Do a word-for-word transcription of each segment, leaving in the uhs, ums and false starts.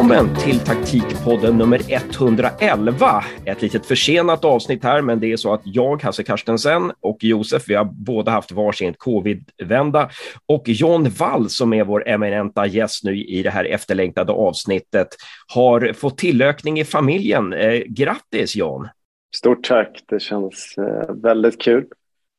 välkommen till Taktikpodden nummer etthundraelva. Ett litet försenat avsnitt här, men det är så att jag, Hasse Karstensen och Josef, vi har båda haft varsin covid-vända. Och John Wall, som är vår eminenta gäst nu i det här efterlängtade avsnittet, har fått tillökning i familjen. Eh, grattis John! Stort tack, det känns eh, väldigt kul.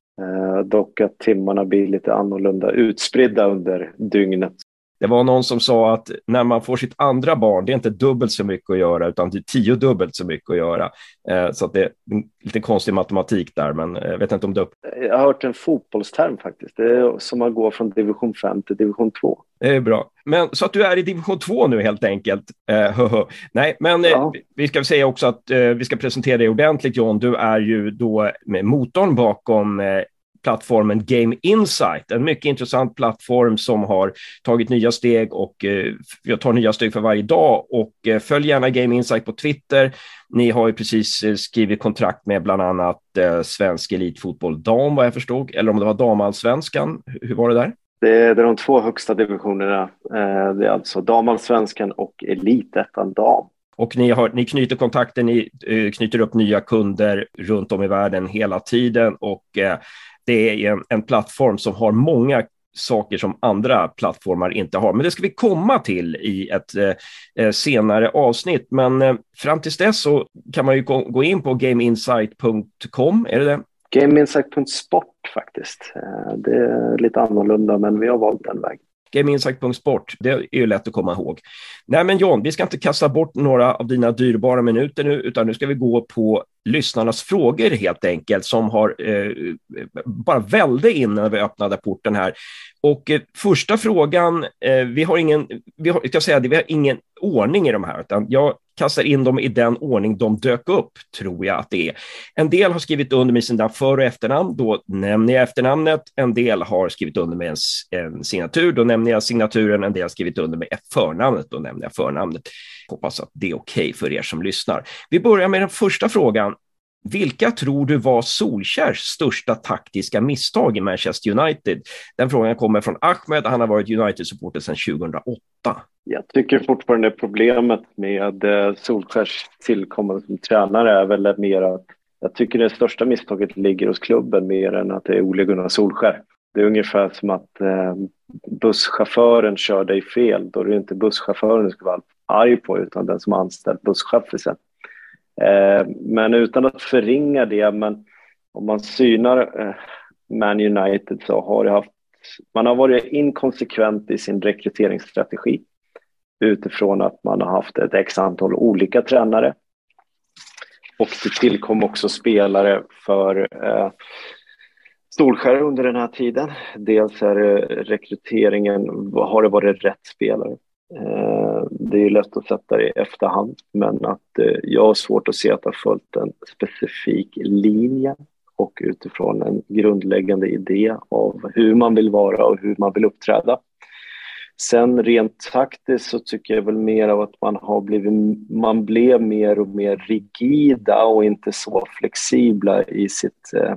Eh, dock att timmarna blir lite annorlunda utspridda under dygnet. Det var någon som sa att när man får sitt andra barn, det är inte dubbelt så mycket att göra utan det är tio dubbelt så mycket att göra. Eh, så att det är lite konstig matematik där, men jag vet inte om det... Jag har hört en fotbollsterm faktiskt. Det är som att gå från division fem till division två. Det är bra. Men så att du är i division två nu helt enkelt. Eh, Nej, men eh, ja. Vi ska säga också att eh, vi ska presentera dig ordentligt, John. Du är ju då med motorn bakom eh, plattformen Game Insight, en mycket intressant plattform som har tagit nya steg och eh, jag tar nya steg för varje dag och eh, följ gärna Game Insight på Twitter. Ni har ju precis eh, skrivit kontrakt med bland annat eh, Svensk Elitfotboll Dam, vad jag förstod, eller om det var Damallsvenskan. Hur var det där? Det är, det är de två högsta divisionerna. Eh, det är alltså Damallsvenskan och Elitettan Dam. Och ni, har, ni knyter kontakter, ni eh, knyter upp nya kunder runt om i världen hela tiden och eh, det är en, en plattform som har många saker som andra plattformar inte har. Men det ska vi komma till i ett eh, senare avsnitt. Men eh, fram tills dess så kan man ju gå, gå in på gameinsight punkt com, är det det? gameinsight punkt sport faktiskt. Eh, det är lite annorlunda, men vi har valt den vägen. gameinsight punkt sport, det är ju lätt att komma ihåg. Nej men John, vi ska inte kasta bort några av dina dyrbara minuter nu, utan nu ska vi gå på lyssnarnas frågor helt enkelt, som har eh, bara välde in när vi öppnade porten här. Och eh, första frågan, eh, vi har ingen, vi har, ska säga det, vi har ingen ordning i de här, utan jag kastar in dem i den ordning de dök upp, tror jag att det är. En del har skrivit under med sina för- och efternamn, då nämner jag efternamnet. En del har skrivit under med en, en signatur, då nämner jag signaturen. En del har skrivit under med förnamnet, då nämner jag förnamnet. Hoppas att det är okej för er som lyssnar. Vi börjar med den första frågan. Vilka tror du var Solskjärs största taktiska misstag i Manchester United? Den frågan kommer från Ahmed. Han har varit United-supporter sedan tjugohundraåtta. Jag tycker fortfarande problemet med Solskjärs tillkommande som tränare är väl mer att jag tycker det största misstaget ligger hos klubben mer än att det är Ole Gunnar Solskjær. Det är ungefär som att eh, busschauffören kör dig fel. Då är det inte busschauffören du ska vara arg på utan den som har anställt busschauffören. Eh, men utan att förringa det, men om man synar eh, Man United så har det haft, man har varit inkonsekvent i sin rekryteringsstrategi utifrån att man har haft ett x antal olika tränare och det tillkom också spelare för eh, Solskjær under den här tiden. Dels är rekryteringen, har det varit rätt spelare? Eh, det är lätt att sätta det i efterhand, men att eh, jag har svårt att se att det har följt en specifik linje och utifrån en grundläggande idé av hur man vill vara och hur man vill uppträda. Sen rent taktiskt så tycker jag väl mer av att man har blivit, man blev mer och mer rigida och inte så flexibla i sitt eh,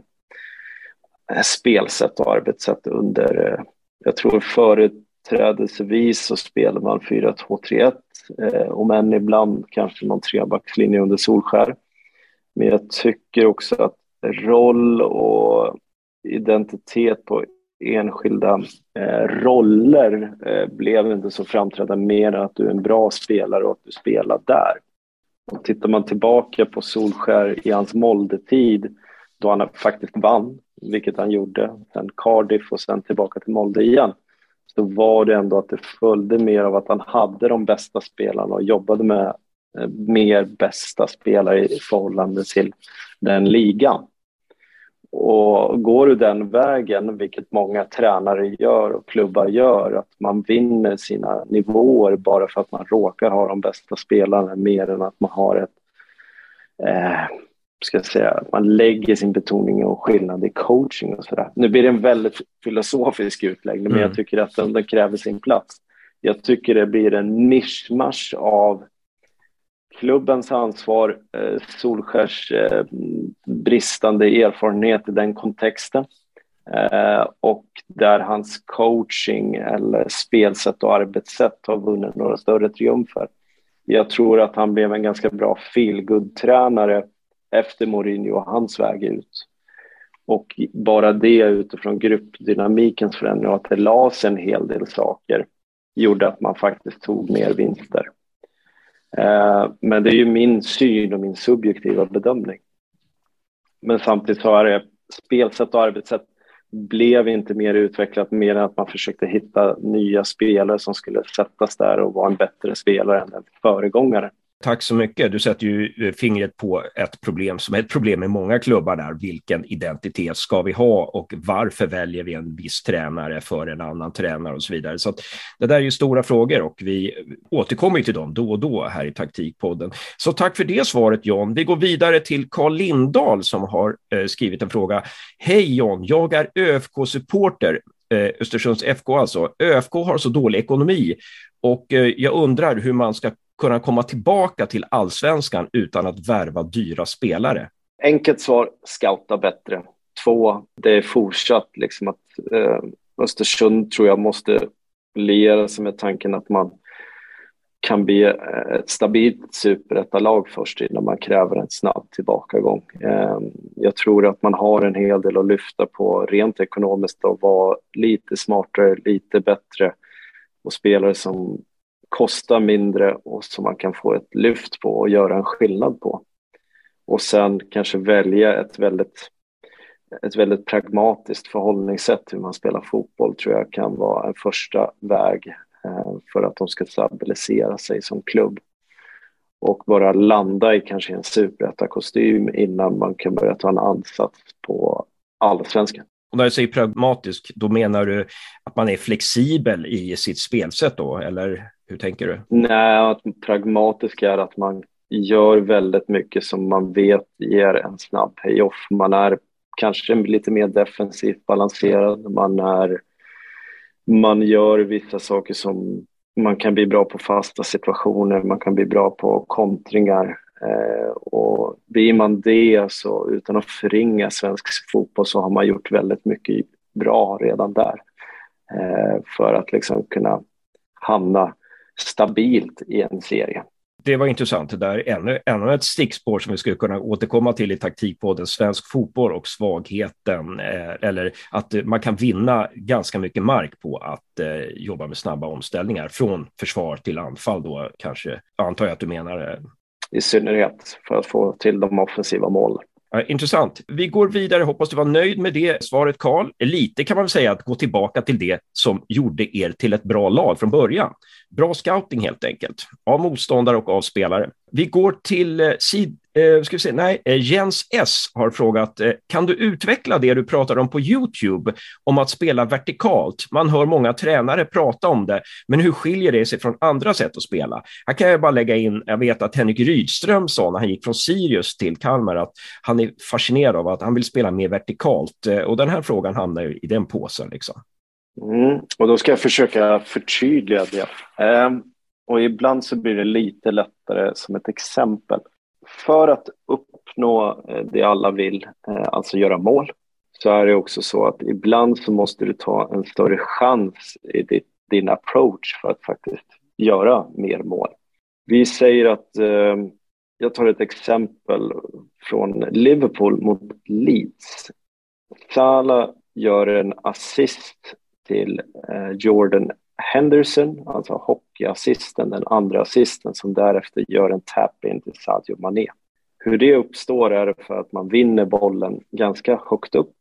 spelsätt och arbetssätt under, eh, jag tror företrädelsevis så spelar man fyra två tre ett, eh, om än ibland kanske någon trebackslinje under Solskjær. Men jag tycker också att roll och identitet på enskilda eh, roller eh, blev inte så framträdande, mer att du är en bra spelare och att du spelar där. Och tittar man tillbaka på Solskjær i hans Molde-tid då han faktiskt vann, vilket han gjorde, sen Cardiff och sen tillbaka till Molde igen, så var det ändå att det följde mer av att han hade de bästa spelarna och jobbade med eh, mer bästa spelare i förhållande till den ligan. Och går du den vägen, vilket många tränare gör och klubbar gör, att man vinner sina nivåer bara för att man råkar ha de bästa spelarna mer än att man har ett, eh, ska jag säga, man lägger sin betoning och skillnad i coaching och sådär. Nu blir det en väldigt filosofisk utläggning, mm. men jag tycker att den, den kräver sin plats. Jag tycker det blir en mischmasch av klubbens ansvar, eh, Solskjärs eh, bristande erfarenhet i den kontexten eh, och där hans coaching eller spelsätt och arbetssätt har vunnit några större triumfer. Jag tror att han blev en ganska bra feel-good-tränare efter Mourinho och hans väg ut. Och bara det utifrån gruppdynamikens förändring och att det lades en hel del saker gjorde att man faktiskt tog mer vinster. Eh, men det är ju min syn och min subjektiva bedömning. Men samtidigt så är det spelsätt och arbetssätt blev inte mer utvecklat mer än att man försökte hitta nya spelare som skulle sättas där och vara en bättre spelare än en föregångare. Tack så mycket. Du sätter ju fingret på ett problem som är ett problem i många klubbar där. Vilken identitet ska vi ha och varför väljer vi en viss tränare för en annan tränare och så vidare. Så att det där är ju stora frågor och vi återkommer till dem då och då här i Taktikpodden. Så tack för det svaret, John. Vi går vidare till Carl Lindahl som har eh, skrivit en fråga. Hej John, jag är ÖFK supporter. Eh, Östersunds F K alltså. ÖFK har så dålig ekonomi och eh, jag undrar hur man ska kunna komma tillbaka till allsvenskan utan att värva dyra spelare? Enkelt svar, scouta bättre. Två, det är fortsatt liksom att eh, Östersund tror jag måste liera sig med tanken att man kan bli ett stabilt superettalag först innan man kräver en snabb tillbakagång. Eh, jag tror att man har en hel del att lyfta på rent ekonomiskt och vara lite smartare, lite bättre och spelare som kostar mindre och som man kan få ett lyft på och göra en skillnad på. Och sen kanske välja ett väldigt, ett väldigt pragmatiskt förhållningssätt hur man spelar fotboll tror jag kan vara en första väg eh, för att de ska stabilisera sig som klubb. Och bara landa i kanske en superettakostym innan man kan börja ta en ansats på allsvenskan. Och när du säger pragmatisk, då menar du att man är flexibel i sitt spelsätt då, eller hur tänker du? Nej, att pragmatisk är att man gör väldigt mycket som man vet ger en snabb payoff. Man är kanske lite mer defensivt balanserad. Man, är, man gör vissa saker som man kan bli bra på fasta situationer. Man kan bli bra på kontringar. Eh, och blir man det så utan att förringa svensk fotboll så har man gjort väldigt mycket bra redan där. Eh, för att liksom kunna hamna stabilt i en serie. Det var intressant. Det där ännu, ännu ett stickspår som vi skulle kunna återkomma till i Taktikpodden. Svensk fotboll och svagheten. Eh, eller att man kan vinna ganska mycket mark på att eh, jobba med snabba omställningar. Från försvar till anfall då kanske. Antar jag att du menar. Eh. I synnerhet för att få till de offensiva målen. Ja, intressant. Vi går vidare. Hoppas du var nöjd med det svaret, Carl. Lite kan man väl säga att gå tillbaka till det som gjorde er till ett bra lag från början. Bra scouting helt enkelt. Av motståndare och av spelare. Vi går till eh, sid, eh, ska vi se, nej, eh, Jens S har frågat, eh, kan du utveckla det du pratar om på YouTube om att spela vertikalt? Man hör många tränare prata om det, men hur skiljer det sig från andra sätt att spela? Här kan jag bara lägga in, jag vet att Henrik Rydström sa när han gick från Sirius till Kalmar att han är fascinerad av att han vill spela mer vertikalt, eh, och den här frågan hamnar ju i den påsen liksom. Mm, och då ska jag försöka förtydliga det. Um, och ibland så blir det lite lättare som ett exempel. För att uppnå det alla vill, eh, alltså göra mål, så är det också så att ibland så måste du ta en större chans i ditt, din approach för att faktiskt göra mer mål. Vi säger att, eh, jag tar ett exempel från Liverpool mot Leeds. Salah gör en assist till eh, Jordan Henderson, alltså hockeyassisten, den andra assisten som därefter gör en tap-in till Sadio Mané. Hur det uppstår är för att man vinner bollen ganska högt upp.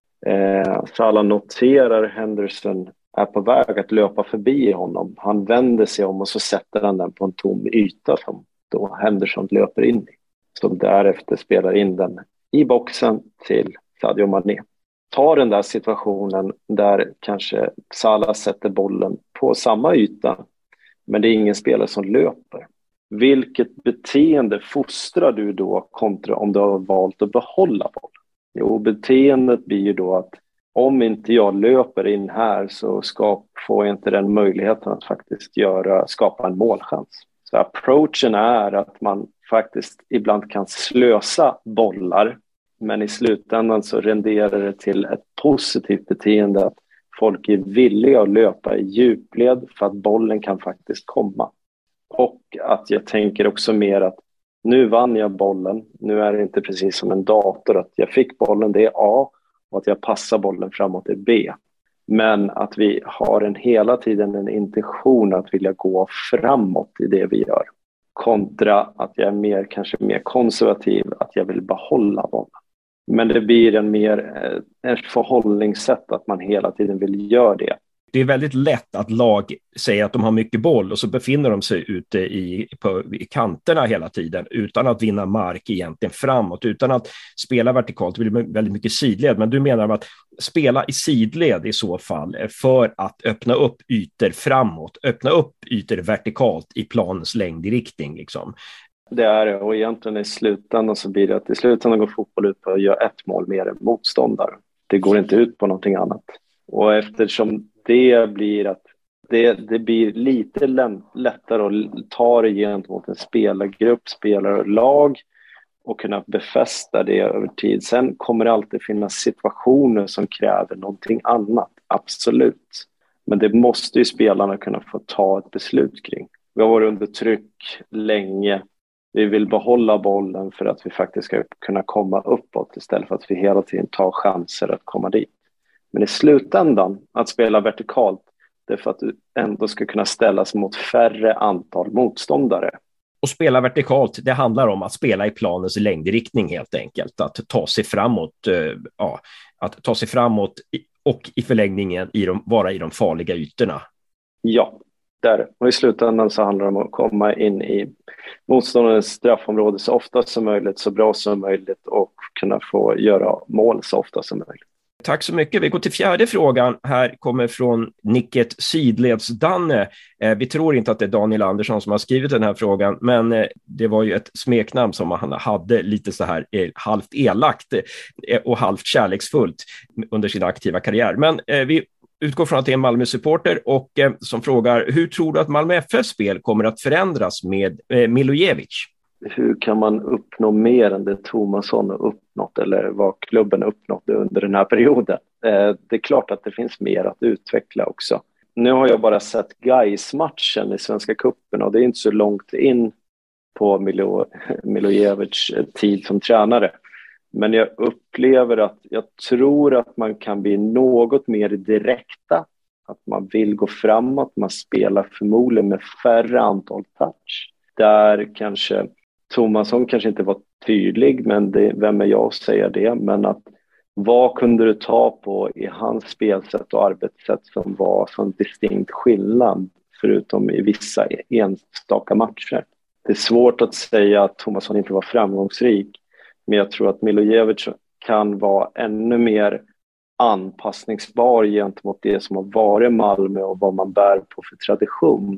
Eh, Salah noterar Henderson är på väg att löpa förbi honom. Han vänder sig om och så sätter han den på en tom yta som då Henderson löper in i. Som därefter spelar in den i boxen till Sadio Mané. Ta den där situationen där kanske Salah sätter bollen på samma yta, men det är ingen spelare som löper. Vilket beteende fostrar du då kontra om du har valt att behålla bollen? Jo, beteendet blir ju då att om inte jag löper in här så ska, får jag inte den möjligheten att faktiskt göra, skapa en målchans. Så approachen är att man faktiskt ibland kan slösa bollar, men i slutändan så renderar det till ett positivt beteende att folk är villiga att löpa i djupled för att bollen kan faktiskt komma. Och att jag tänker också mer att nu vann jag bollen. Nu är det inte precis som en dator att jag fick bollen, det är A, och att jag passar bollen framåt är B. Men att vi har en hela tiden en intention att vilja gå framåt i det vi gör. Kontra att jag är mer, kanske mer konservativ, att jag vill behålla bollen. Men det blir en mer en förhållningssätt att man hela tiden vill göra det. Det är väldigt lätt att lag säger att de har mycket boll och så befinner de sig ute i, på, i kanterna hela tiden utan att vinna mark egentligen framåt, utan att spela vertikalt. Det blir väldigt mycket sidled, men du menar att spela i sidled i så fall för att öppna upp ytor framåt, öppna upp ytor vertikalt i planens längdriktning liksom. Det är det, och egentligen i slutändan så blir det att i slutändan går fotboll ut på att göra ett mål mer än motståndare. Det går inte ut på någonting annat. Och eftersom det blir att det, det blir lite lättare att ta det gentemot en spelargrupp, spelarlag och kunna befästa det över tid. Sen kommer det alltid finnas situationer som kräver någonting annat, absolut. Men det måste ju spelarna kunna få ta ett beslut kring. Vi har varit under tryck länge. Vi vill behålla bollen för att vi faktiskt ska kunna komma uppåt istället för att vi hela tiden tar chanser att komma dit. Men i slutändan, att spela vertikalt, det är för att du ändå ska kunna ställas mot färre antal motståndare. Och spela vertikalt, det handlar om att spela i planens längdriktning helt enkelt. Att ta sig framåt, ja, att ta sig framåt och i förlängningen i de, vara i de farliga ytorna. Ja, där. Och i slutändan så handlar det om att komma in i motståndarens straffområde så ofta som möjligt, så bra som möjligt och kunna få göra mål så ofta som möjligt. Tack så mycket. Vi går till fjärde frågan. Här kommer från nicket Sidledsdanne. Eh, vi tror inte att det är Daniel Andersson som har skrivit den här frågan, men eh, det var ju ett smeknamn som han hade lite så här eh, halvt elakt eh, och halvt kärleksfullt under sin aktiva karriär. Men eh, vi utgår från att det är en Malmö-supporter och eh, som frågar, hur tror du att Malmö F F:s spel kommer att förändras med eh, Milojevic? Hur kan man uppnå mer än det Tomasson har uppnått eller vad klubben har uppnått under den här perioden? Eh, det är klart att det finns mer att utveckla också. Nu har jag bara sett Gais-matchen i Svenska cupen och det är inte så långt in på Milo, Milojevic tid som tränare. Men jag upplever att jag tror att man kan bli något mer direkta. Att man vill gå framåt, man spelar förmodligen med färre antal touch. Där kanske Tomasson kanske inte var tydlig, men det, vem är jag att säga det? Men att vad kunde du ta på i hans spelsätt och arbetssätt som var som distinkt skillnad förutom i vissa enstaka matcher? Det är svårt att säga att Tomasson inte var framgångsrik, men jag tror att Milojevic kan vara ännu mer anpassningsbar gentemot det som har varit Malmö och vad man bär på för tradition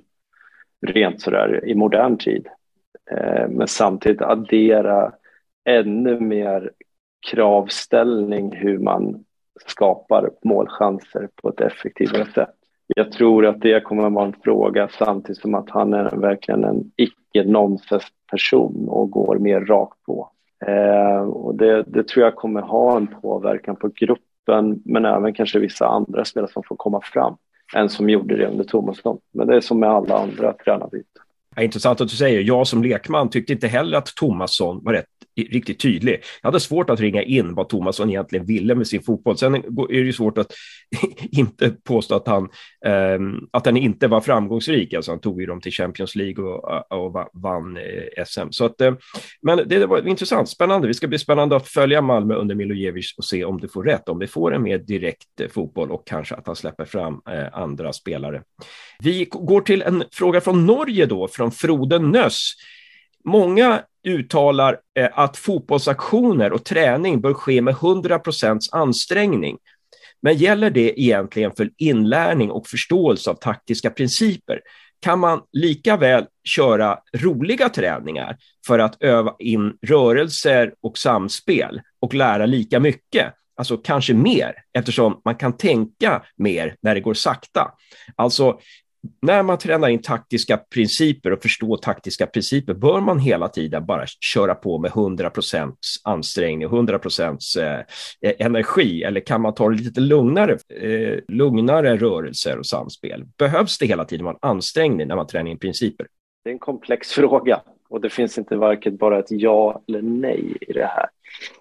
rent sådär i modern tid. Eh, men samtidigt addera ännu mer kravställning hur man skapar målchanser på ett effektivare sätt. Jag tror att det kommer att vara en fråga samtidigt som att han är verkligen en icke-nonsens person och går mer rakt på. Eh, och det, det tror jag kommer ha en påverkan på gruppen, men även kanske vissa andra spelare som får komma fram än som gjorde det under Tomasson. Men det är som med alla andra tränarbyten. Ja, intressant att du säger. Jag som lekman tyckte inte heller att Tomasson var rätt, riktigt tydlig. Jag hade svårt att ringa in vad Tomasson egentligen ville med sin fotboll. Sen är det ju svårt att inte påstå att han, eh, att han inte var framgångsrik. Alltså han tog ju dem till Champions League och, och vann eh, S M. Så att, eh, men det var intressant, spännande. Vi ska bli spännande att följa Malmö under Milojevic och se om det får rätt, om vi får en mer direkt eh, fotboll och kanske att han släpper fram eh, andra spelare. Vi går till en fråga från Norge då, från Frode Nöss. Många uttalar eh, att fotbollsaktioner och träning bör ske med hundra procent ansträngning. Men gäller det egentligen för inlärning och förståelse av taktiska principer? Kan man lika väl köra roliga träningar för att öva in rörelser och samspel och lära lika mycket? Alltså kanske mer, eftersom man kan tänka mer när det går sakta. Alltså när man tränar in taktiska principer och förstår taktiska principer bör man hela tiden bara köra på med hundra procent ansträngning och hundra procent eh, energi, eller kan man ta lite lugnare, eh, lugnare rörelser och samspel? Behövs det hela tiden en ansträngning när man tränar in principer? det är en komplex fråga och det finns inte varken bara ett ja eller nej i det här.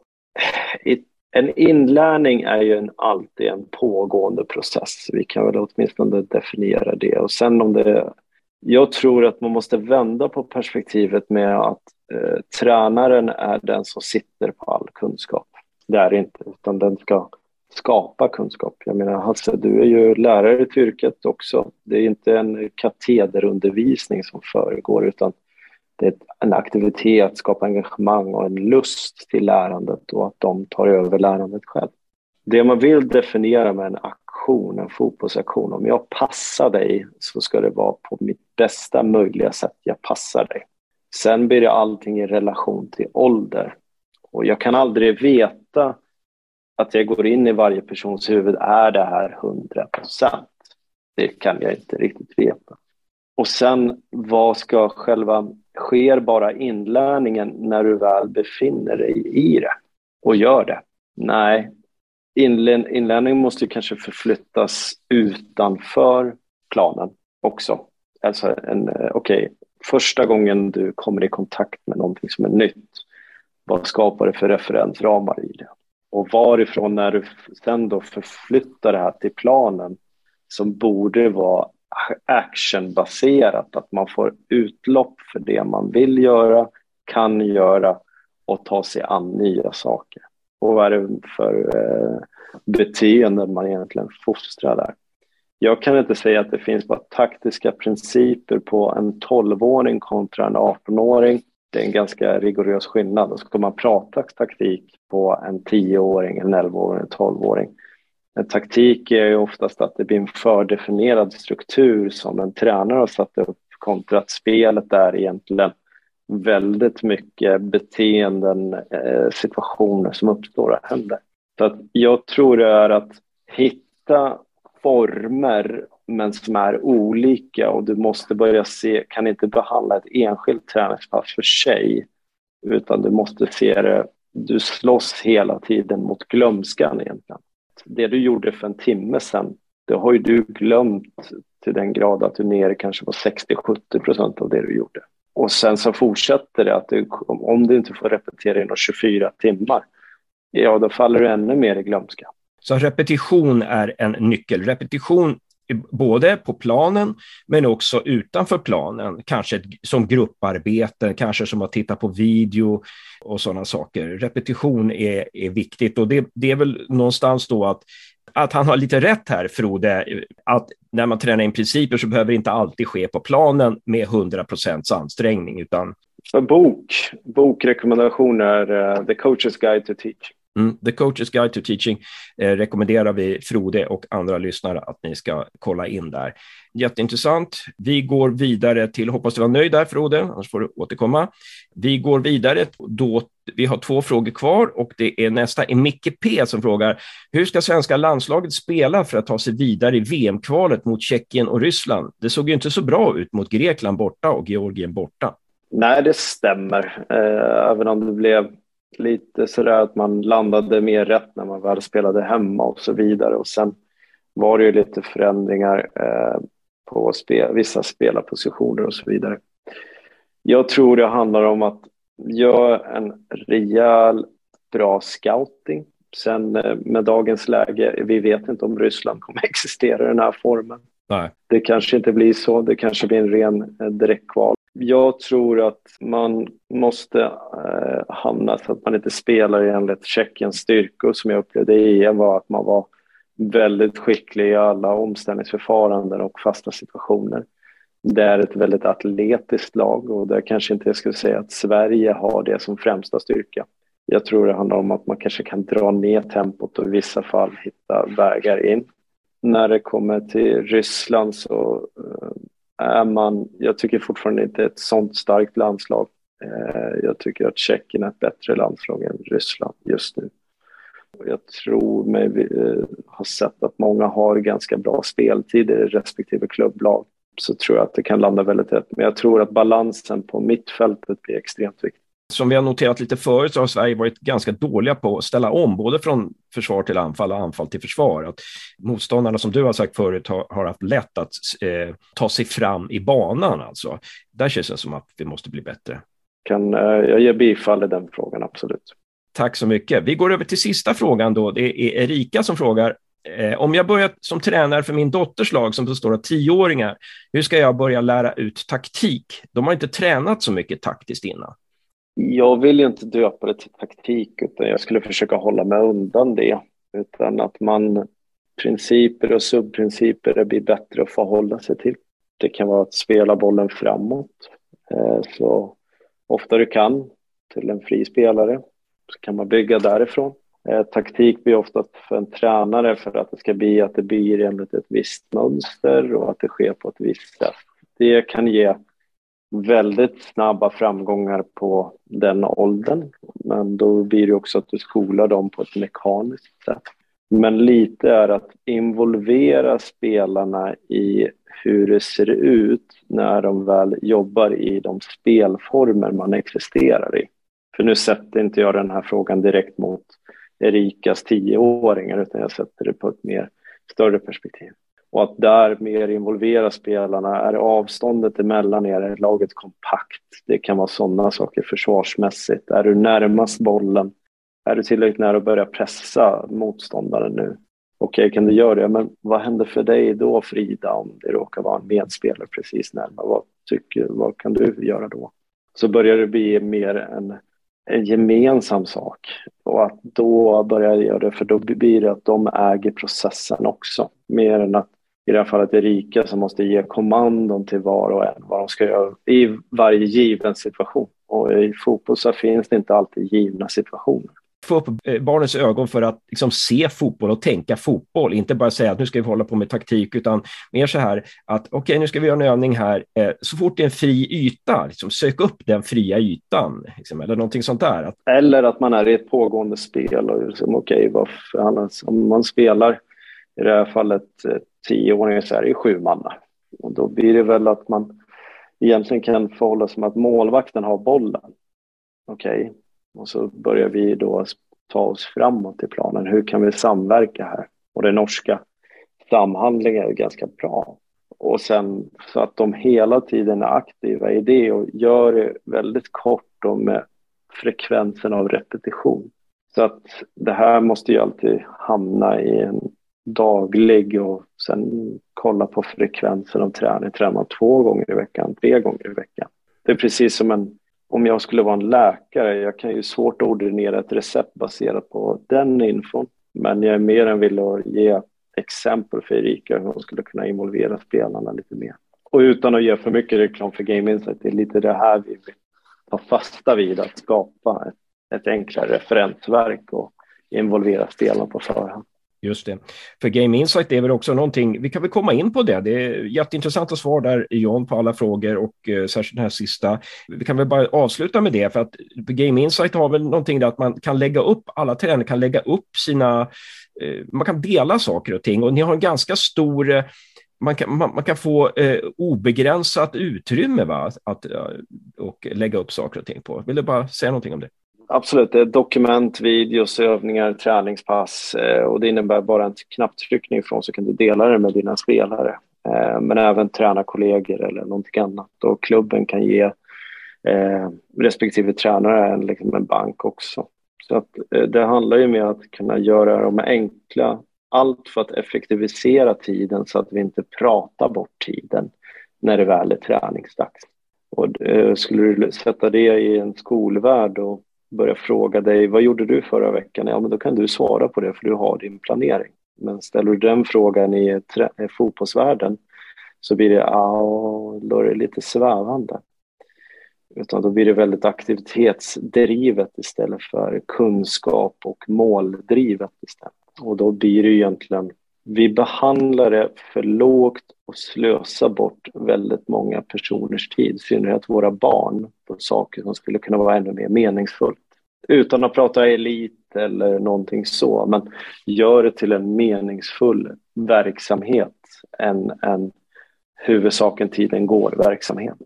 En inlärning är ju en, alltid en pågående process. Vi kan väl åtminstone definiera det. Och sen om det, jag tror att man måste vända på perspektivet med att eh, tränaren är den som sitter på all kunskap. Det är det inte, utan den ska skapa kunskap. Jag menar, Hasse, du är ju lärare i yrket också. Det är inte en katederundervisning som föregår, utan det är en aktivitet, skapa engagemang och en lust till lärandet och att de tar över lärandet själv. Det man vill definiera med en aktion, en fotbollsaktion, om jag passar dig så ska det vara på mitt bästa möjliga sätt jag passar dig. Sen blir det allting i relation till ålder. Och jag kan aldrig veta att jag går in i varje persons huvud, är det här hundra procent? Det kan jag inte riktigt veta. Och sen, vad ska själva, sker bara inlärningen när du väl befinner dig i det och gör det? Nej, Inlär, inlärningen måste ju kanske förflyttas utanför planen också. Alltså, en, okej, första gången du kommer i kontakt med någonting som är nytt, vad skapar det för referensramar i det? Och varifrån när du sen då förflyttar det här till planen som borde vara actionbaserat, att man får utlopp för det man vill göra, kan göra och ta sig an nya saker. Och vad är det för eh, beteenden man egentligen fostrar där? Jag kan inte säga att det finns bara taktiska principer på en tolvåring kontra en artonåring. Det är en ganska rigorös skillnad. Och ska man prata taktik på en tioåring, en elvaåring, en tolvåring. En taktik är ju oftast att det blir en fördefinierad struktur som en tränare har satt upp kontra att spelet är egentligen väldigt mycket beteenden, eh, situationer som uppstår och händer. Så att jag tror det är att hitta former men som är olika, och du måste börja se, kan inte behandla ett enskilt träningspass för sig, utan du måste se det, du slåss hela tiden mot glömskan egentligen. Det du gjorde för en timme sedan, det har ju du glömt till den grad att du är nere kanske på sextio till sjuttio procent av det du gjorde. Och sen så fortsätter det att du, om du inte får repetera inom tjugofyra timmar, ja då faller du ännu mer i glömska. Så repetition är en nyckel. Repetition både på planen men också utanför planen. Kanske som grupparbete, kanske som att titta på video och sådana saker. Repetition är, är viktigt, och det, det är väl någonstans då att Att han har lite rätt här, Frode, att när man tränar in principer så behöver det inte alltid ske på planen med hundra procent ansträngning. Utan... För bok, bokrekommendationer, uh, The Coach's Guide to Teach. Mm, The Coach's Guide to Teaching eh, rekommenderar vi Frode och andra lyssnare att ni ska kolla in där. Jätteintressant. Vi går vidare till, hoppas du var nöjd där Frode, annars får du återkomma. Vi går vidare, då, vi har två frågor kvar, och det är nästa är Micke P som frågar: hur ska svenska landslaget spela för att ta sig vidare i V M-kvalet mot Tjeckien och Ryssland? Det såg ju inte så bra ut mot Grekland borta och Georgien borta. Nej, det stämmer. Eh, även om det blev lite sådär att man landade mer rätt när man väl spelade hemma och så vidare. Och sen var det ju lite förändringar eh, på spel, vissa spelarpositioner och så vidare. Jag tror det handlar om att göra en rejäl bra scouting. Sen eh, med dagens läge, vi vet inte om Ryssland kommer existera i den här formen. Nej. Det kanske inte blir så, det kanske blir en ren eh, direktkval. Jag tror att man måste eh, hamna så att man inte spelar enligt Tjeckiens styrkor, som jag upplevde i E M var att man var väldigt skicklig i alla omställningsförfaranden och fasta situationer. Det är ett väldigt atletiskt lag, och där kanske inte jag skulle säga att Sverige har det som främsta styrka. Jag tror det handlar om att man kanske kan dra ner tempot och i vissa fall hitta vägar in. När det kommer till Ryssland så eh, är man, jag tycker fortfarande inte ett sånt starkt landslag. Eh, jag tycker att Tjeckien är ett bättre landslag än Ryssland just nu. Jag tror mig eh, har sett att många har ganska bra speltider i respektive klubblag. Så tror jag att det kan landa väldigt rätt. Men jag tror att balansen på mittfältet blir extremt viktig. Som vi har noterat lite förut så har Sverige varit ganska dåliga på att ställa om, både från försvar till anfall och anfall till försvar. Att motståndarna, som du har sagt förut, har, har haft lätt att eh, ta sig fram i banan. Alltså. Där känns det som att vi måste bli bättre. Kan, eh, jag ger bifall i den frågan, absolut. Tack så mycket. Vi går över till sista frågan då. Det är Erika som frågar: eh, om jag börjar som tränare för min dotters lag som består av tioåringar, hur ska jag börja lära ut taktik? De har inte tränat så mycket taktiskt innan. Jag vill ju inte döpa det till taktik, utan jag skulle försöka hålla mig undan det. Utan att man principer och subprinciper blir bättre att förhålla sig till. Det kan vara att spela bollen framåt. Eh, så ofta du kan till en fri spelare. Så kan man bygga därifrån. Eh, taktik blir ofta för en tränare för att det ska bli att det blir enligt ett visst mönster och att det sker på ett visst sätt. Det kan ge väldigt snabba framgångar på den åldern. Men då blir det också att du skolar dem på ett mekaniskt sätt. Men lite är att involvera spelarna i hur det ser ut när de väl jobbar i de spelformer man existerar i. För nu sätter inte jag den här frågan direkt mot Erikas tioåringar, utan jag sätter det på ett mer större perspektiv. Och att där mer involvera spelarna. Är avståndet emellan er, är laget kompakt? Det kan vara sådana saker försvarsmässigt. Är du närmast bollen? Är du tillräckligt nära att börja pressa motståndaren nu? Okej, kan du göra det? Men vad händer för dig då, Frida, om det råkar vara en medspelare precis närmare? Vad, tycker, vad kan du göra då? Så börjar det bli mer en, en gemensam sak. Och att då börja göra det, för då blir det att de äger processen också. Mer än att i det här fallet Erika som måste ge kommandon till var och en vad de ska göra i varje given situation. Och i fotboll så finns det inte alltid givna situationer. Få upp barnens ögon för att liksom se fotboll och tänka fotboll. Inte bara säga att nu ska vi hålla på med taktik, utan mer så här att okej, okay, nu ska vi göra en övning här. Så fort det är en fri yta, liksom, sök upp den fria ytan. Liksom, eller någonting sånt där. Att... Eller att man är i ett pågående spel. Och liksom, okej, okay, annars, om man spelar i det här fallet tioåringar så är det sju manna. Och då blir det väl att man egentligen kan förhålla sig med att målvakten har bollen. Okej. Okay. Och så börjar vi då ta oss framåt i planen. Hur kan vi samverka här? Och det norska samhandlingen är ganska bra. Och sen så att de hela tiden är aktiva i det och gör det väldigt kort och med frekvensen av repetition. Så att det här måste ju alltid hamna i en daglig och sen kolla på frekvensen av träning. Tränar man två gånger i veckan, tre gånger i veckan. Det är precis som en, om jag skulle vara en läkare, jag kan ju svårt ordinera ett recept baserat på den infon. Men jag är mer än villig att ge exempel för Erika hur hon skulle kunna involvera spelarna lite mer. Och utan att ge för mycket reklam för Game Insight, det är lite det här vi vill ta fasta vid, att skapa ett, ett enklare referensverk och involvera spelarna på förhand. Just det. För Game Insight är väl också någonting, vi kan väl komma in på det. Det är jätteintressanta svar där, John, på alla frågor och eh, särskilt den här sista. Vi kan väl bara avsluta med det, för att Game Insight har väl någonting där att man kan lägga upp, alla tränare kan lägga upp sina, eh, man kan dela saker och ting, och ni har en ganska stor, eh, man, kan, man, man kan få eh, obegränsat utrymme, va? Att, eh, och lägga upp saker och ting på. Vill du bara säga någonting om det? Absolut, det är dokument, videos, övningar, träningspass eh, och det innebär bara en knapptryckning ifrån så kan du dela det med dina spelare. Eh, men även träna kollegor eller någonting annat. Och klubben kan ge eh, respektive tränare en, liksom en bank också. Så att, eh, det handlar ju med att kunna göra de enkla, allt för att effektivisera tiden så att vi inte pratar bort tiden när det väl är träningsdags. Och eh, skulle du sätta det i en skolvärld och börja fråga dig, vad gjorde du förra veckan? Ja, men då kan du svara på det för du har din planering. Men ställer du den frågan i, trä- i fotbollsvärlden så blir det, ja, då är det lite svävande. Utan då blir det väldigt aktivitetsdrivet istället för kunskap och måldrivet istället. Och då blir det egentligen, vi behandlar det för lågt och slösar bort väldigt många personers tid, i synnerhet våra barn, på saker som skulle kunna vara ännu mer meningsfullt. Utan att prata elit eller någonting så, men gör det till en meningsfull verksamhet än en huvudsaken tiden går verksamhet.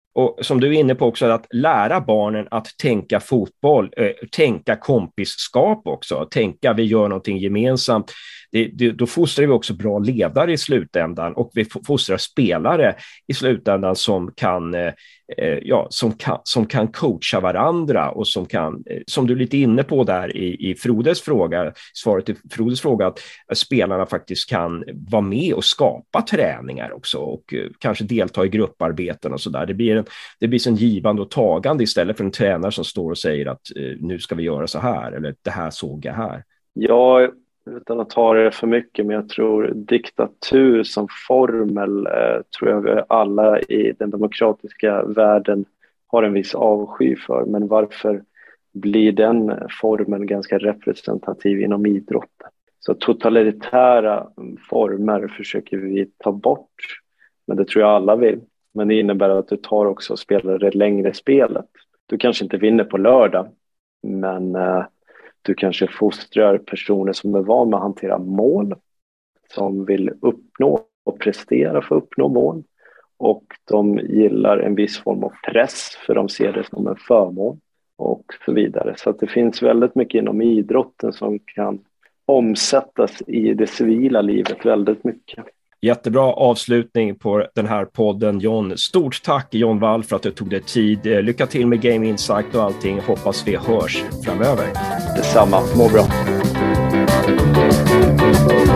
Och som du är inne på också, att lära barnen att tänka fotboll, äh, tänka kompisskap också, tänka vi gör någonting gemensamt. Det, det, då fostrar vi också bra ledare i slutändan, och vi fostrar spelare i slutändan som kan, eh, ja, som kan, som kan coacha varandra, och som kan, eh, som du är lite inne på där i, i Frodes fråga, svaret till Frodes fråga, att spelarna faktiskt kan vara med och skapa träningar också, och eh, kanske delta i grupparbeten och sådär. Det blir en, det blir en givande och tagande istället för en tränare som står och säger att eh, nu ska vi göra så här, eller det här såg jag här. Ja, utan att ta det för mycket, men jag tror diktatur som formel eh, tror jag alla i den demokratiska världen har en viss avsky för. Men varför blir den formen ganska representativ inom idrotten? Så totalitära former försöker vi ta bort, men det tror jag alla vill. Men det innebär att du tar också och spelar det längre spelet. Du kanske inte vinner på lördag, men eh, du kanske fostrar personer som är van med att hantera mål, som vill uppnå och prestera för att uppnå mål. Och de gillar en viss form av press, för de ser det som en förmån och så vidare. Så att det finns väldigt mycket inom idrotten som kan omsättas i det civila livet väldigt mycket. Jättebra avslutning på den här podden, John. Stort tack, John Wall, för att du tog dig tid. Lycka till med Game Insight och allting. Hoppas vi hörs framöver. Detsamma. Må bra.